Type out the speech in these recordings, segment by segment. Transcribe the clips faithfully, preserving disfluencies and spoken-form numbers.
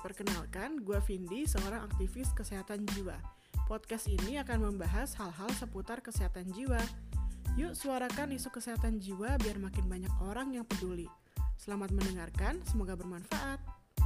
Perkenalkan, gue Vindi, seorang aktivis kesehatan jiwa. Podcast ini akan membahas hal-hal seputar kesehatan jiwa. Yuk suarakan isu kesehatan jiwa biar makin banyak orang yang peduli. Selamat mendengarkan, semoga bermanfaat.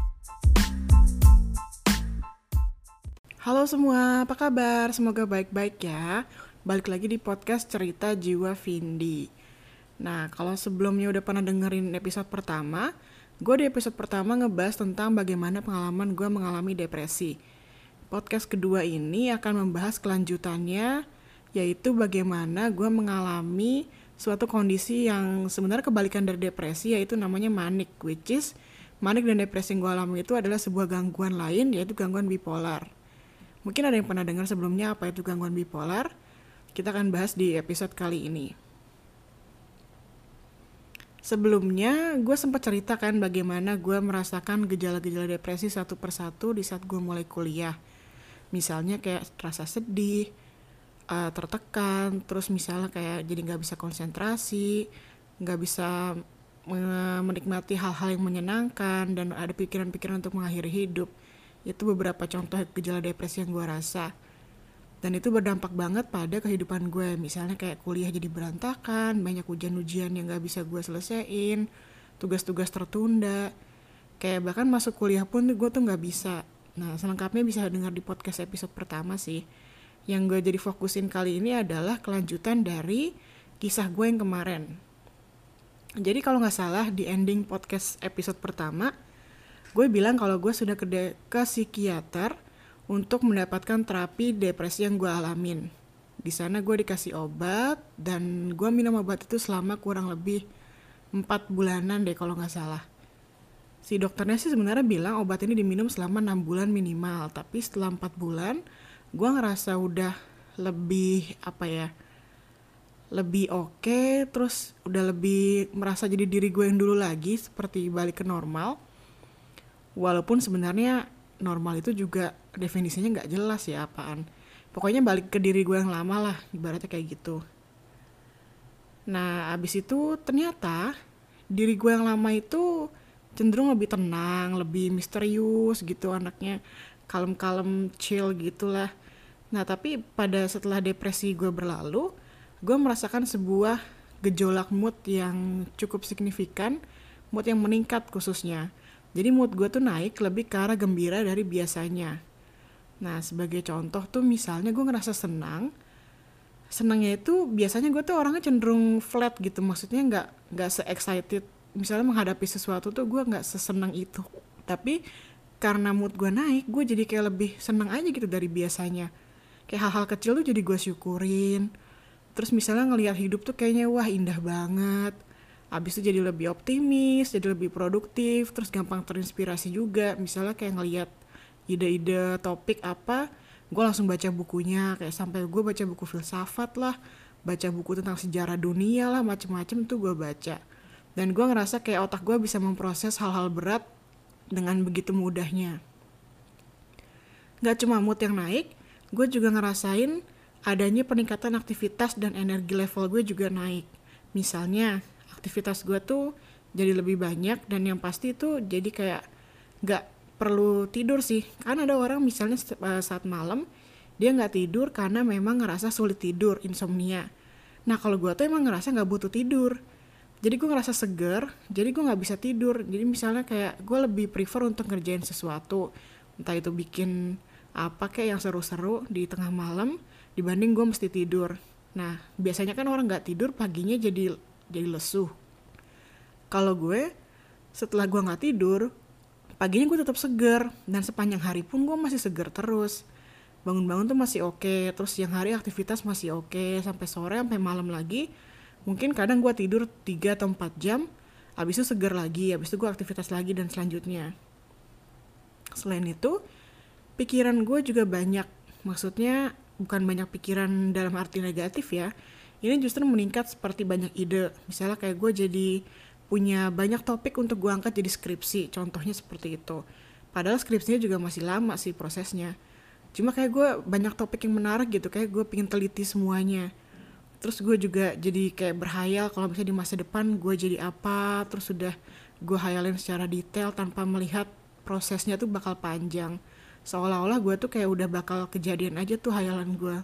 Halo semua, apa kabar? Semoga baik-baik ya. Balik lagi di podcast Cerita Jiwa Vindi. Nah, kalau sebelumnya udah pernah dengerin episode pertama, gue di episode pertama ngebahas tentang bagaimana pengalaman gue mengalami depresi. Podcast kedua ini akan membahas kelanjutannya, yaitu bagaimana gue mengalami suatu kondisi yang sebenarnya kebalikan dari depresi, yaitu namanya manik, which is manik dan depresi yang gue alami itu adalah sebuah gangguan lain, yaitu gangguan bipolar. Mungkin ada yang pernah dengar sebelumnya apa itu gangguan bipolar. Kita akan bahas di episode kali ini. Sebelumnya, gue sempat ceritakan bagaimana gue merasakan gejala-gejala depresi satu persatu di saat gue mulai kuliah. Misalnya kayak rasa sedih, uh, tertekan, terus misalnya kayak jadi gak bisa konsentrasi, gak bisa menikmati hal-hal yang menyenangkan, dan ada pikiran-pikiran untuk mengakhiri hidup. Itu beberapa contoh gejala depresi yang gue rasa. Dan itu berdampak banget pada kehidupan gue. Misalnya kayak kuliah jadi berantakan, banyak ujian-ujian yang gak bisa gue selesaiin, tugas-tugas tertunda. Kayak bahkan masuk kuliah pun gue tuh gak bisa. Nah, selengkapnya bisa dengar di podcast episode pertama sih. Yang gue jadi fokusin kali ini adalah kelanjutan dari kisah gue yang kemarin. Jadi kalau gak salah di ending podcast episode pertama, gue bilang kalau gue sudah ke, de- ke psikiater untuk mendapatkan terapi depresi yang gue alamin. Di sana gue dikasih obat dan gue minum obat itu selama kurang lebih empat bulanan deh kalau nggak salah. Si dokternya sih sebenarnya bilang obat ini diminum selama enam bulan minimal, tapi setelah empat bulan gue ngerasa udah lebih apa ya, lebih oke, okay, terus udah lebih merasa jadi diri gue yang dulu lagi, seperti balik ke normal. Walaupun sebenarnya normal itu juga definisinya gak jelas ya apaan. Pokoknya balik ke diri gue yang lama lah, ibaratnya kayak gitu. Nah abis itu ternyata diri gue yang lama itu cenderung lebih tenang, lebih misterius gitu anaknya, kalem-kalem, chill gitulah. Nah tapi pada setelah depresi gue berlalu, gue merasakan sebuah gejolak mood yang cukup signifikan, mood yang meningkat khususnya. Jadi mood gue tuh naik lebih ke arah gembira dari biasanya. Nah sebagai contoh tuh misalnya gue ngerasa senang. Senangnya itu biasanya gue tuh orangnya cenderung flat gitu. Maksudnya gak, gak se-excited. Misalnya menghadapi sesuatu tuh gue gak sesenang itu. Tapi karena mood gue naik, gue jadi kayak lebih senang aja gitu dari biasanya. Kayak hal-hal kecil tuh jadi gue syukurin. Terus misalnya ngelihat hidup tuh kayaknya wah indah banget. Abis itu jadi lebih optimis, jadi lebih produktif, terus gampang terinspirasi juga. Misalnya kayak ngeliat ide-ide topik apa, gue langsung baca bukunya. Kayak sampai gue baca buku filsafat lah, baca buku tentang sejarah dunia lah, macem-macem tuh gue baca. Dan gue ngerasa kayak otak gue bisa memproses hal-hal berat dengan begitu mudahnya. Gak cuma mood yang naik, gue juga ngerasain adanya peningkatan aktivitas dan energi level gue juga naik. Misalnya, aktivitas gue tuh jadi lebih banyak dan yang pasti tuh jadi kayak gak perlu tidur sih. Kan ada orang misalnya saat malam dia gak tidur karena memang ngerasa sulit tidur, insomnia. Nah kalau gue tuh emang ngerasa gak butuh tidur. Jadi gue ngerasa seger, jadi gue gak bisa tidur. Jadi misalnya kayak gue lebih prefer untuk ngerjain sesuatu. Entah itu bikin apa kayak yang seru-seru di tengah malam dibanding gue mesti tidur. Nah biasanya kan orang gak tidur paginya jadi jadi lesuh. Kalau gue setelah gue nggak tidur, paginya gue tetap seger dan sepanjang hari pun gue masih seger terus. Bangun-bangun tuh masih oke, okay, terus siang hari aktivitas masih oke, okay, sampai sore sampai malam lagi. Mungkin kadang gue tidur tiga atau empat jam, habis itu seger lagi, habis itu gue aktivitas lagi dan selanjutnya. Selain itu, pikiran gue juga banyak. Maksudnya bukan banyak pikiran dalam arti negatif ya. Ini justru meningkat seperti banyak ide. Misalnya kayak gue jadi punya banyak topik untuk gue angkat jadi skripsi. Contohnya seperti itu. Padahal skripsinya juga masih lama sih prosesnya. Cuma kayak gue banyak topik yang menarik gitu. Kayak gue pengen teliti semuanya. Terus gue juga jadi kayak berhayal kalau misalnya di masa depan gue jadi apa. Terus sudah gue hayalin secara detail tanpa melihat prosesnya tuh bakal panjang. Seolah-olah gue tuh kayak udah bakal kejadian aja tuh hayalan gue.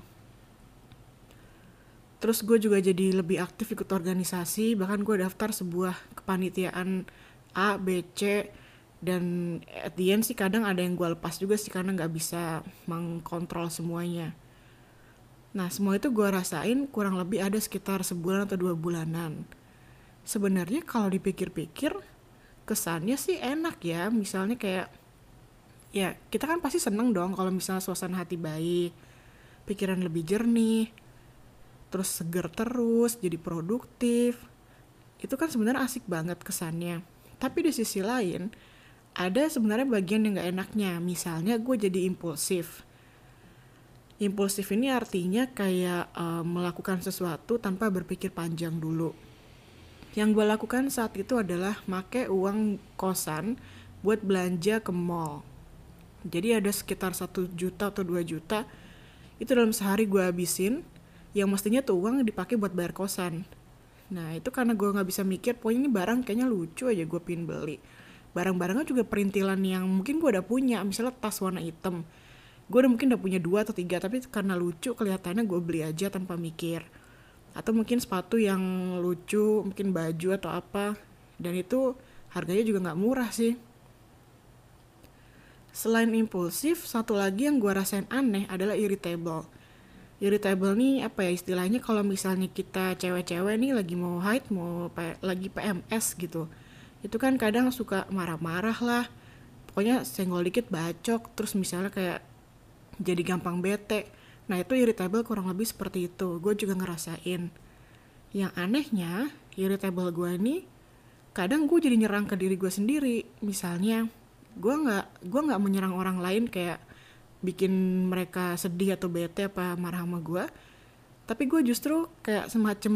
Terus gue juga jadi lebih aktif ikut organisasi, bahkan gue daftar sebuah kepanitiaan A, B, C, dan at the end sih kadang ada yang gue lepas juga sih karena nggak bisa mengkontrol semuanya. Nah semua itu gue rasain kurang lebih ada sekitar sebulan atau dua bulanan. Sebenarnya kalau dipikir-pikir kesannya sih enak ya, misalnya kayak ya kita kan pasti seneng dong kalau misalnya suasana hati baik, pikiran lebih jernih, terus seger terus, jadi produktif. Itu kan sebenarnya asik banget kesannya. Tapi di sisi lain, ada sebenarnya bagian yang gak enaknya. Misalnya gue jadi impulsif. Impulsif ini artinya kayak uh, melakukan sesuatu tanpa berpikir panjang dulu. Yang gue lakukan saat itu adalah make uang kosan buat belanja ke mall. Jadi ada sekitar satu juta atau dua juta, itu dalam sehari gue habisin, yang mestinya tuh uang dipakai buat bayar kosan. Nah itu karena gue gak bisa mikir, pokoknya ini barang kayaknya lucu aja gue pingin beli. Barang-barangnya juga perintilan yang mungkin gue udah punya, misalnya tas warna hitam. Gue udah mungkin udah punya dua atau tiga, tapi karena lucu kelihatannya gue beli aja tanpa mikir. Atau mungkin sepatu yang lucu, mungkin baju atau apa. Dan itu harganya juga gak murah sih. Selain impulsif, satu lagi yang gue rasain aneh adalah irritable. Irritable nih apa ya istilahnya, kalau misalnya kita cewek-cewek nih lagi mau haid, mau P- lagi P M S gitu, itu kan kadang suka marah-marah lah, pokoknya senggol dikit bacok, terus misalnya kayak jadi gampang bete. Nah itu irritable kurang lebih seperti itu, gue juga ngerasain. Yang anehnya irritable gue ini kadang gue jadi nyerang ke diri gue sendiri. Misalnya gue nggak gue nggak menyerang orang lain kayak bikin mereka sedih atau bete apa marah sama gue, tapi gue justru kayak semacam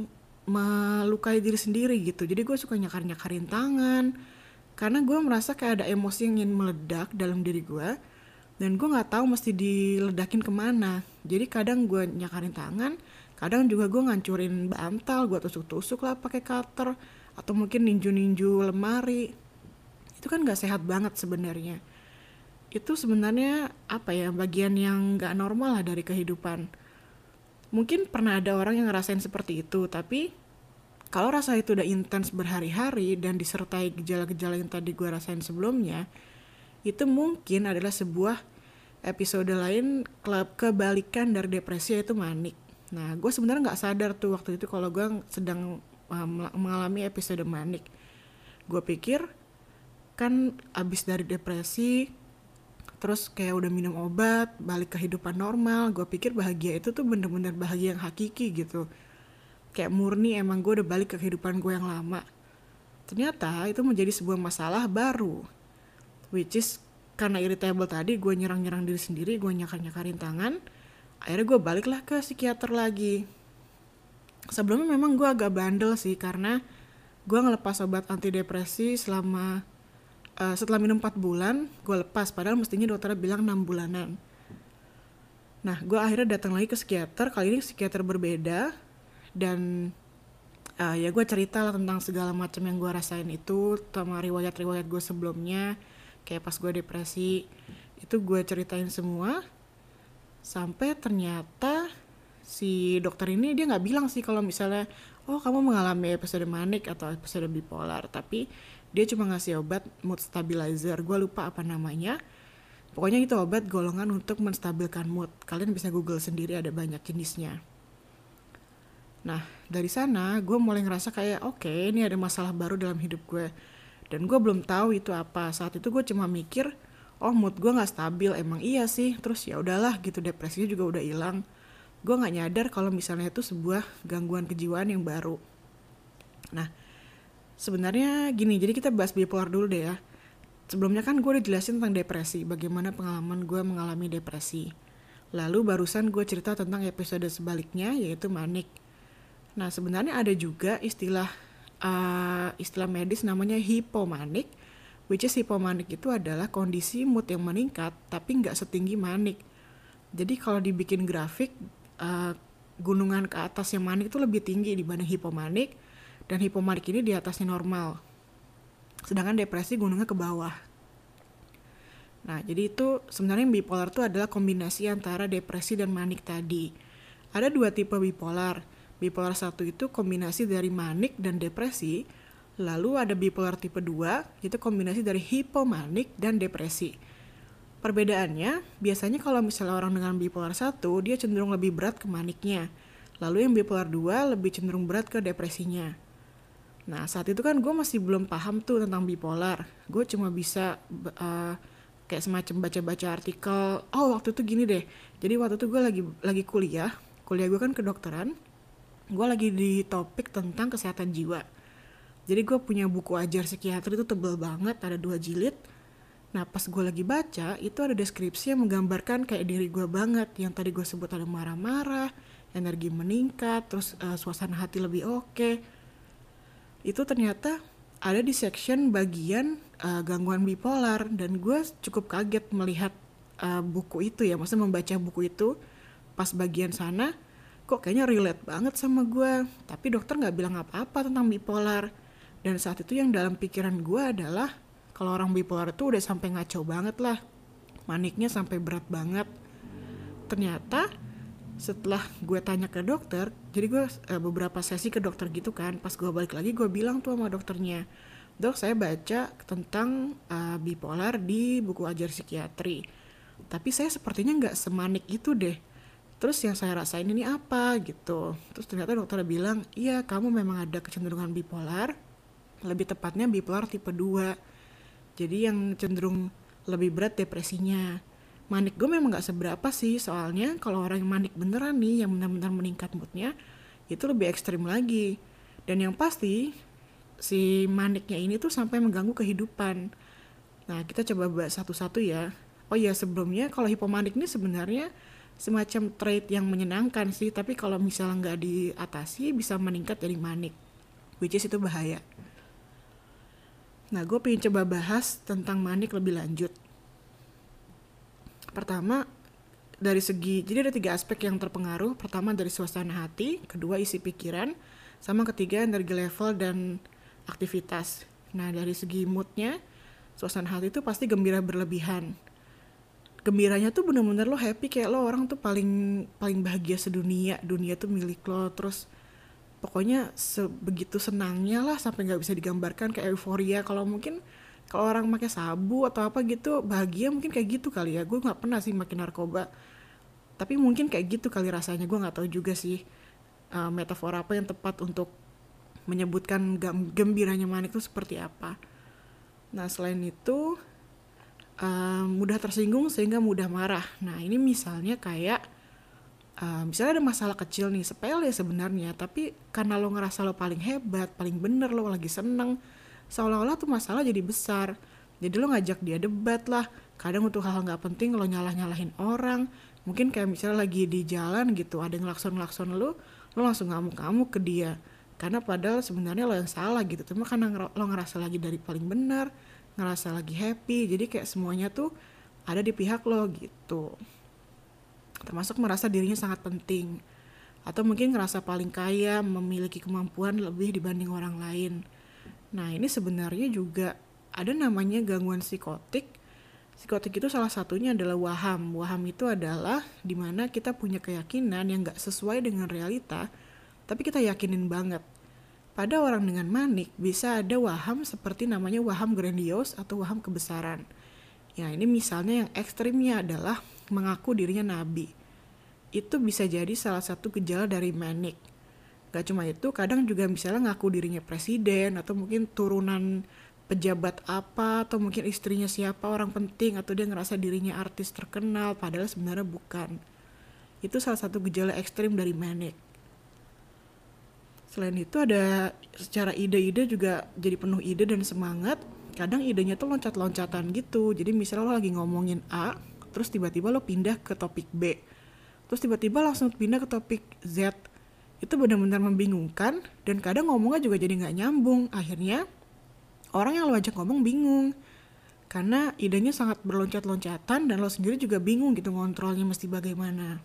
melukai diri sendiri gitu. Jadi gue suka nyakar-nyakarin tangan karena gue merasa kayak ada emosi yang ingin meledak dalam diri gue dan gue nggak tahu mesti diledakin kemana. Jadi kadang gue nyakarin tangan, kadang juga gue ngancurin bantal, gue tusuk-tusuk lah pakai cutter, atau mungkin ninju-ninju lemari. Itu kan nggak sehat banget sebenarnya. Itu sebenarnya apa ya, bagian yang gak normal lah dari kehidupan. Mungkin pernah ada orang yang ngerasain seperti itu, tapi kalau rasa itu udah intens berhari-hari dan disertai gejala-gejala yang tadi gue rasain sebelumnya, itu mungkin adalah sebuah episode lain kebalikan dari depresi, yaitu manik. Nah gue sebenarnya gak sadar tuh waktu itu kalau gue sedang uh, mengalami episode manik. Gue pikir kan abis dari depresi, terus kayak udah minum obat, balik kehidupan normal, gue pikir bahagia itu tuh bener-bener bahagia yang hakiki gitu. Kayak murni emang gue udah balik ke kehidupan gue yang lama. Ternyata itu menjadi sebuah masalah baru. Which is karena irritable tadi, gue nyerang-nyerang diri sendiri, gue nyakar-nyakarin tangan. Akhirnya gue baliklah ke psikiater lagi. Sebelumnya memang gue agak bandel sih, karena gue ngelepas obat antidepresi selama Uh, setelah minum empat bulan, gue lepas. Padahal mestinya dokternya bilang enam bulanan. Nah, gue akhirnya datang lagi ke psikiater. Kali ini psikiater berbeda. Dan uh, ya gue cerita lah tentang segala macam yang gue rasain itu, sama riwayat-riwayat gue sebelumnya. Kayak pas gue depresi, itu gue ceritain semua. Sampai ternyata si dokter ini dia gak bilang sih kalau misalnya, oh kamu mengalami episode manik atau episode bipolar. Tapi dia cuma ngasih obat mood stabilizer, gue lupa apa namanya. Pokoknya itu obat golongan untuk menstabilkan mood. Kalian bisa google sendiri, ada banyak jenisnya. Nah dari sana gue mulai ngerasa kayak oke okay, ini ada masalah baru dalam hidup gue. Dan gue belum tahu itu apa. Saat itu gue cuma mikir, oh mood gue nggak stabil, emang iya sih. Terus ya udahlah gitu, depresinya juga udah hilang. Gue nggak nyadar kalau misalnya itu sebuah gangguan kejiwaan yang baru. Nah sebenarnya gini, jadi kita bahas bipolar dulu deh ya. Sebelumnya kan gue udah jelasin tentang depresi, bagaimana pengalaman gue mengalami depresi. Lalu barusan gue cerita tentang episode sebaliknya, yaitu manik. Nah sebenarnya ada juga istilah uh, istilah medis namanya hipomanik, which is hipomanik itu adalah kondisi mood yang meningkat tapi nggak setinggi manik. Jadi kalau dibikin grafik, uh, gunungan ke atas yang manik itu lebih tinggi dibanding hipomanik. Dan hipomanik ini di atasnya normal. Sedangkan depresi gunungnya ke bawah. Nah, jadi itu sebenarnya bipolar itu adalah kombinasi antara depresi dan manik tadi. Ada dua tipe bipolar. Bipolar satu itu kombinasi dari manik dan depresi. Lalu ada bipolar tipe dua, itu kombinasi dari hipomanik dan depresi. Perbedaannya, biasanya kalau misalnya orang dengan bipolar satu, dia cenderung lebih berat ke maniknya. Lalu yang bipolar dua lebih cenderung berat ke depresinya. Nah, saat itu kan gue masih belum paham tuh tentang bipolar. Gue cuma bisa uh, kayak semacam baca-baca artikel. Oh, waktu itu gini deh. Jadi waktu itu gue lagi lagi kuliah. Kuliah gue kan kedokteran. Gue lagi di topik tentang kesehatan jiwa. Jadi gue punya buku ajar psikiatri itu tebel banget, ada dua jilid. Nah, pas gue lagi baca, itu ada deskripsi yang menggambarkan kayak diri gue banget. Yang tadi gue sebut ada marah-marah, energi meningkat, terus uh, suasana hati lebih oke. Itu ternyata ada di section bagian uh, gangguan bipolar. Dan gue cukup kaget melihat uh, buku itu ya, maksudnya membaca buku itu. Pas bagian sana, kok kayaknya relate banget sama gue. Tapi dokter gak bilang apa-apa tentang bipolar. Dan saat itu yang dalam pikiran gue adalah, kalau orang bipolar itu udah sampai ngaco banget lah. Maniknya sampai berat banget. Ternyata setelah gue tanya ke dokter, jadi gue uh, beberapa sesi ke dokter gitu kan. Pas gue balik lagi gue bilang tuh sama dokternya, dok saya baca tentang uh, bipolar di buku ajar psikiatri. Tapi saya sepertinya gak semanik itu deh. Terus yang saya rasain ini apa gitu. Terus ternyata dokter bilang, iya kamu memang ada kecenderungan bipolar. Lebih tepatnya bipolar tipe dua. Jadi yang cenderung lebih berat depresinya. Manik gue memang gak seberapa sih. Soalnya kalau orang yang manik beneran nih, yang benar-benar meningkat moodnya, itu lebih ekstrim lagi. Dan yang pasti, si maniknya ini tuh sampai mengganggu kehidupan. Nah, kita coba bahas satu-satu ya. Oh iya, sebelumnya kalau hipomanik ini sebenarnya semacam trait yang menyenangkan sih, tapi kalau misalnya nggak diatasi bisa meningkat jadi manik, which is itu bahaya. Nah, gue pengen coba bahas tentang manik lebih lanjut. Pertama, dari segi, jadi ada tiga aspek yang terpengaruh. Pertama dari suasana hati, kedua isi pikiran, sama ketiga energi level dan aktivitas. Nah, dari segi moodnya, suasana hati itu pasti gembira berlebihan. Gembiranya tuh bener-bener lo happy, kayak lo orang tuh paling paling bahagia sedunia, dunia tuh milik lo. Terus pokoknya sebegitu senangnya lah sampai nggak bisa digambarkan, kayak euforia. Kalau mungkin kalau orang pakai sabu atau apa gitu bahagia mungkin kayak gitu kali ya. Gue nggak pernah sih makin narkoba, tapi mungkin kayak gitu kali rasanya. Gue nggak tahu juga sih uh, metafor apa yang tepat untuk menyebutkan gembiranya manik itu seperti apa. Nah, selain itu uh, mudah tersinggung sehingga mudah marah. Nah, ini misalnya kayak uh, misalnya ada masalah kecil nih, sepele sebenarnya, tapi karena lo ngerasa lo paling hebat, paling bener, lo lagi seneng, seolah-olah tuh masalah jadi besar. Jadi lo ngajak dia debat lah. Kadang untuk hal-hal gak penting lo nyalah-nyalahin orang. Mungkin kayak misalnya lagi di jalan gitu, ada ngelakson-ngelakson lo, lo langsung ngamuk-ngamuk ke dia. Karena padahal sebenarnya lo yang salah gitu. Cuma karena lo ngerasa lagi dari paling benar, ngerasa lagi happy, jadi kayak semuanya tuh ada di pihak lo gitu. Termasuk merasa dirinya sangat penting. Atau mungkin ngerasa paling kaya, memiliki kemampuan lebih dibanding orang lain. Nah, ini sebenarnya juga ada namanya gangguan psikotik. Psikotik itu salah satunya adalah waham. Waham itu adalah dimana kita punya keyakinan yang gak sesuai dengan realita, tapi kita yakinin banget. Pada orang dengan manik bisa ada waham seperti namanya waham grandios atau waham kebesaran. Ya, ini misalnya yang ekstrimnya adalah mengaku dirinya nabi. Itu bisa jadi salah satu gejala dari manik. Gak cuma itu, kadang juga misalnya ngaku dirinya presiden atau mungkin turunan pejabat apa, atau mungkin istrinya siapa orang penting, atau dia ngerasa dirinya artis terkenal padahal sebenarnya bukan. Itu salah satu gejala ekstrim dari manik. Selain itu ada secara ide-ide juga jadi penuh ide dan semangat. Kadang idenya tuh loncat-loncatan gitu. Jadi misalnya lo lagi ngomongin A, terus tiba-tiba lo pindah ke topik B, terus tiba-tiba langsung pindah ke topik Z. Itu benar-benar membingungkan, dan kadang ngomongnya juga jadi gak nyambung. Akhirnya orang yang lo ajak ngomong bingung, karena idenya sangat berloncat-loncatan dan lo sendiri juga bingung gitu ngontrolnya mesti bagaimana.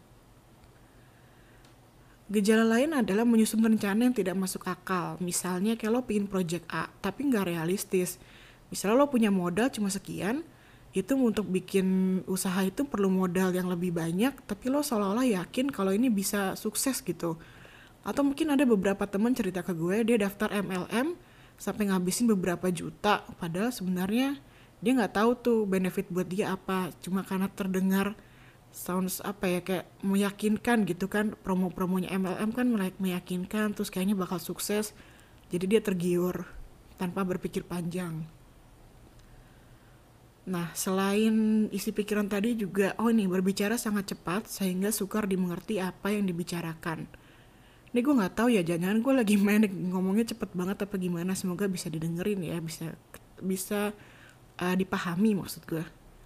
Gejala lain adalah menyusun rencana yang tidak masuk akal. Misalnya kayak lo pingin project A, tapi gak realistis. Misalnya lo punya modal cuma sekian, Itu untuk bikin usaha itu perlu modal yang lebih banyak, tapi lo seolah-olah yakin kalau ini bisa sukses gitu. Atau mungkin ada beberapa teman cerita ke gue, dia daftar M L M sampai ngabisin beberapa juta, padahal sebenarnya dia nggak tahu tuh benefit buat dia apa, cuma karena terdengar sounds apa ya, kayak meyakinkan gitu kan, promo-promonya M L M kan meyakinkan, terus kayaknya bakal sukses, jadi dia tergiur tanpa berpikir panjang. Nah, selain isi pikiran tadi juga, oh ini berbicara sangat cepat sehingga sukar dimengerti apa yang dibicarakan. Ini gue nggak tahu ya, jangan-jangan gue lagi main ngomongnya cepet banget apa gimana. Semoga bisa didengerin ya, bisa bisa uh, dipahami maksud gue.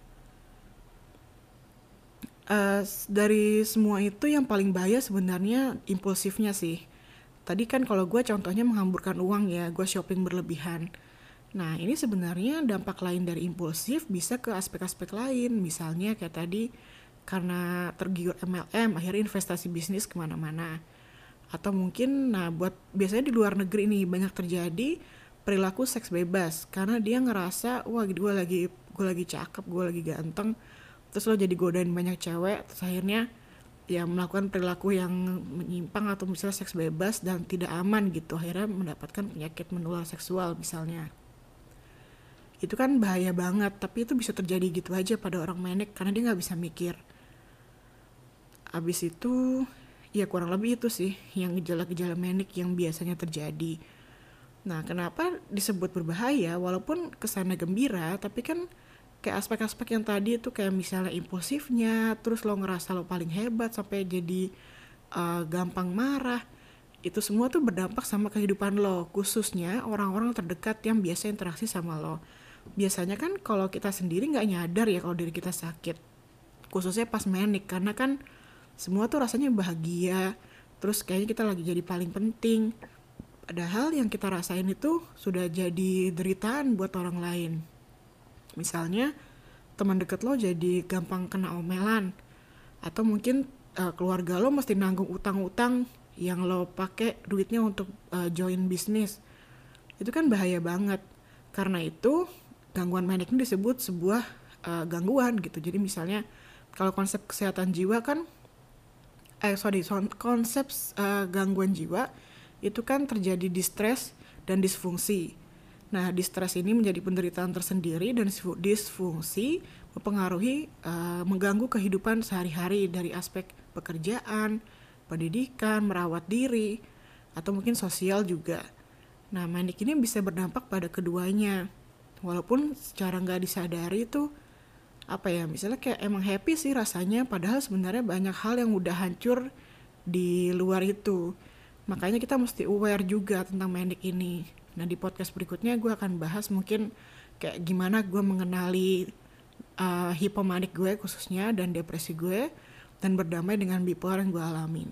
Uh, dari semua itu yang paling bahaya sebenarnya impulsifnya sih. Tadi kan kalau gue contohnya menghamburkan uang ya, gue shopping berlebihan. Nah ini sebenarnya dampak lain dari impulsif bisa ke aspek-aspek lain. Misalnya kayak tadi, karena tergiur M L M akhirnya investasi bisnis kemana-mana. Atau mungkin nah buat biasanya di luar negeri nih banyak terjadi perilaku seks bebas, karena dia ngerasa wah gue lagi gue lagi cakep, gue lagi ganteng, terus lo jadi godain banyak cewek, terus akhirnya ya melakukan perilaku yang menyimpang atau misalnya seks bebas dan tidak aman gitu, akhirnya mendapatkan penyakit menular seksual misalnya. Itu kan bahaya banget, tapi itu bisa terjadi gitu aja pada orang manic karena dia nggak bisa mikir. Abis itu ya kurang lebih itu sih yang gejala-gejala manic yang biasanya terjadi. Nah kenapa disebut berbahaya walaupun kesannya gembira, tapi kan kayak aspek-aspek yang tadi itu kayak misalnya impulsifnya, terus lo ngerasa lo paling hebat sampai jadi uh, gampang marah, itu semua tuh berdampak sama kehidupan lo, khususnya orang-orang terdekat yang biasa interaksi sama lo. Biasanya kan kalau kita sendiri nggak nyadar ya kalau diri kita sakit, khususnya pas manic, karena kan semua tuh rasanya bahagia, terus kayaknya kita lagi jadi paling penting, padahal yang kita rasain itu sudah jadi deritaan buat orang lain. Misalnya teman deket lo jadi gampang kena omelan, atau mungkin uh, keluarga lo mesti nanggung utang-utang yang lo pakai duitnya untuk uh, join bisnis. Itu kan bahaya banget. Karena itu gangguan manic ini disebut sebuah uh, gangguan gitu. Jadi misalnya kalau konsep kesehatan jiwa kan eh sorry konsep uh, gangguan jiwa itu kan terjadi distres dan disfungsi. Nah, distres ini menjadi penderitaan tersendiri dan disfungsi mempengaruhi, uh, mengganggu kehidupan sehari-hari dari aspek pekerjaan, pendidikan, merawat diri, atau mungkin sosial juga. Nah, manic ini bisa berdampak pada keduanya. Walaupun secara nggak disadari itu, apa ya, misalnya kayak emang happy sih rasanya, padahal sebenarnya banyak hal yang udah hancur di luar itu. Makanya kita mesti aware juga tentang manic ini. Nah di podcast berikutnya gue akan bahas mungkin kayak gimana gue mengenali uh, hipomanic gue khususnya dan depresi gue, dan berdamai dengan bipolar yang gue alamin.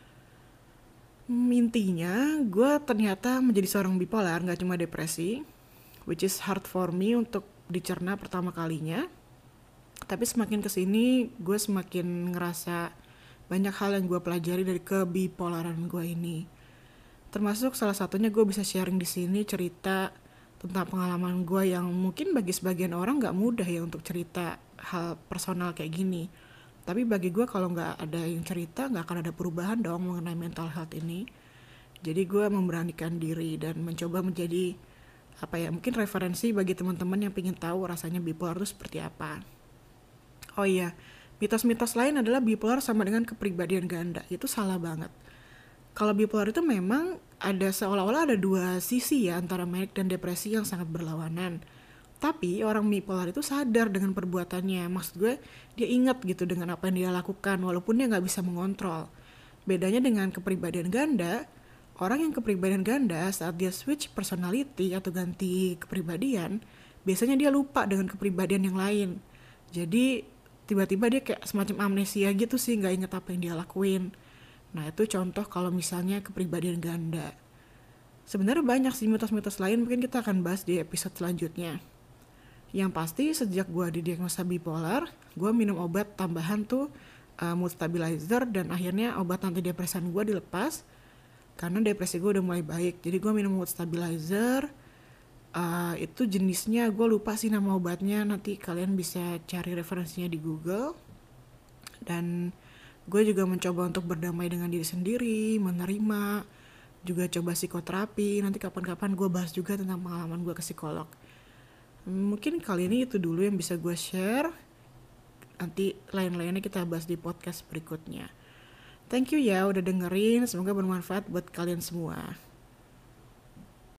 Intinya gue ternyata menjadi seorang bipolar, gak cuma depresi, which is hard for me untuk dicerna pertama kalinya. Tapi semakin kesini gue semakin ngerasa banyak hal yang gue pelajari dari kebipolaran gue ini. Termasuk salah satunya gue bisa sharing di sini cerita tentang pengalaman gue yang mungkin bagi sebagian orang nggak mudah ya untuk cerita hal personal kayak gini. Tapi bagi gue kalau nggak ada yang cerita nggak akan ada perubahan dong mengenai mental health ini. Jadi gue memberanikan diri dan mencoba menjadi apa ya mungkin referensi bagi teman-teman yang pengen tahu rasanya bipolar itu seperti apa. Oh iya, mitos-mitos lain adalah bipolar sama dengan kepribadian ganda. Itu salah banget. Kalau bipolar itu memang ada seolah-olah ada dua sisi ya antara manic dan depresi yang sangat berlawanan. Tapi orang bipolar itu sadar dengan perbuatannya. Maksud gue dia ingat gitu dengan apa yang dia lakukan walaupun dia gak bisa mengontrol. Bedanya dengan kepribadian ganda, orang yang kepribadian ganda saat dia switch personality atau ganti kepribadian, biasanya dia lupa dengan kepribadian yang lain. Jadi tiba-tiba dia kayak semacam amnesia gitu sih, gak ingat apa yang dia lakuin. Nah itu contoh kalau misalnya kepribadian ganda. Sebenarnya banyak sih mitos-mitos lain, mungkin kita akan bahas di episode selanjutnya. Yang pasti sejak gue didiagnosa bipolar, gue minum obat tambahan tuh uh, mood stabilizer, dan akhirnya obat antidepresan gue dilepas karena depresi gue udah mulai baik. Jadi gue minum mood stabilizer, Uh, itu jenisnya gue lupa sih nama obatnya, nanti kalian bisa cari referensinya di Google. Dan gue juga mencoba untuk berdamai dengan diri sendiri, menerima, juga coba psikoterapi. Nanti kapan-kapan gue bahas juga tentang pengalaman gue ke psikolog. Mungkin kali ini itu dulu yang bisa gue share. Nanti lain-lainnya kita bahas di podcast berikutnya. Thank you ya udah dengerin, semoga bermanfaat buat kalian semua.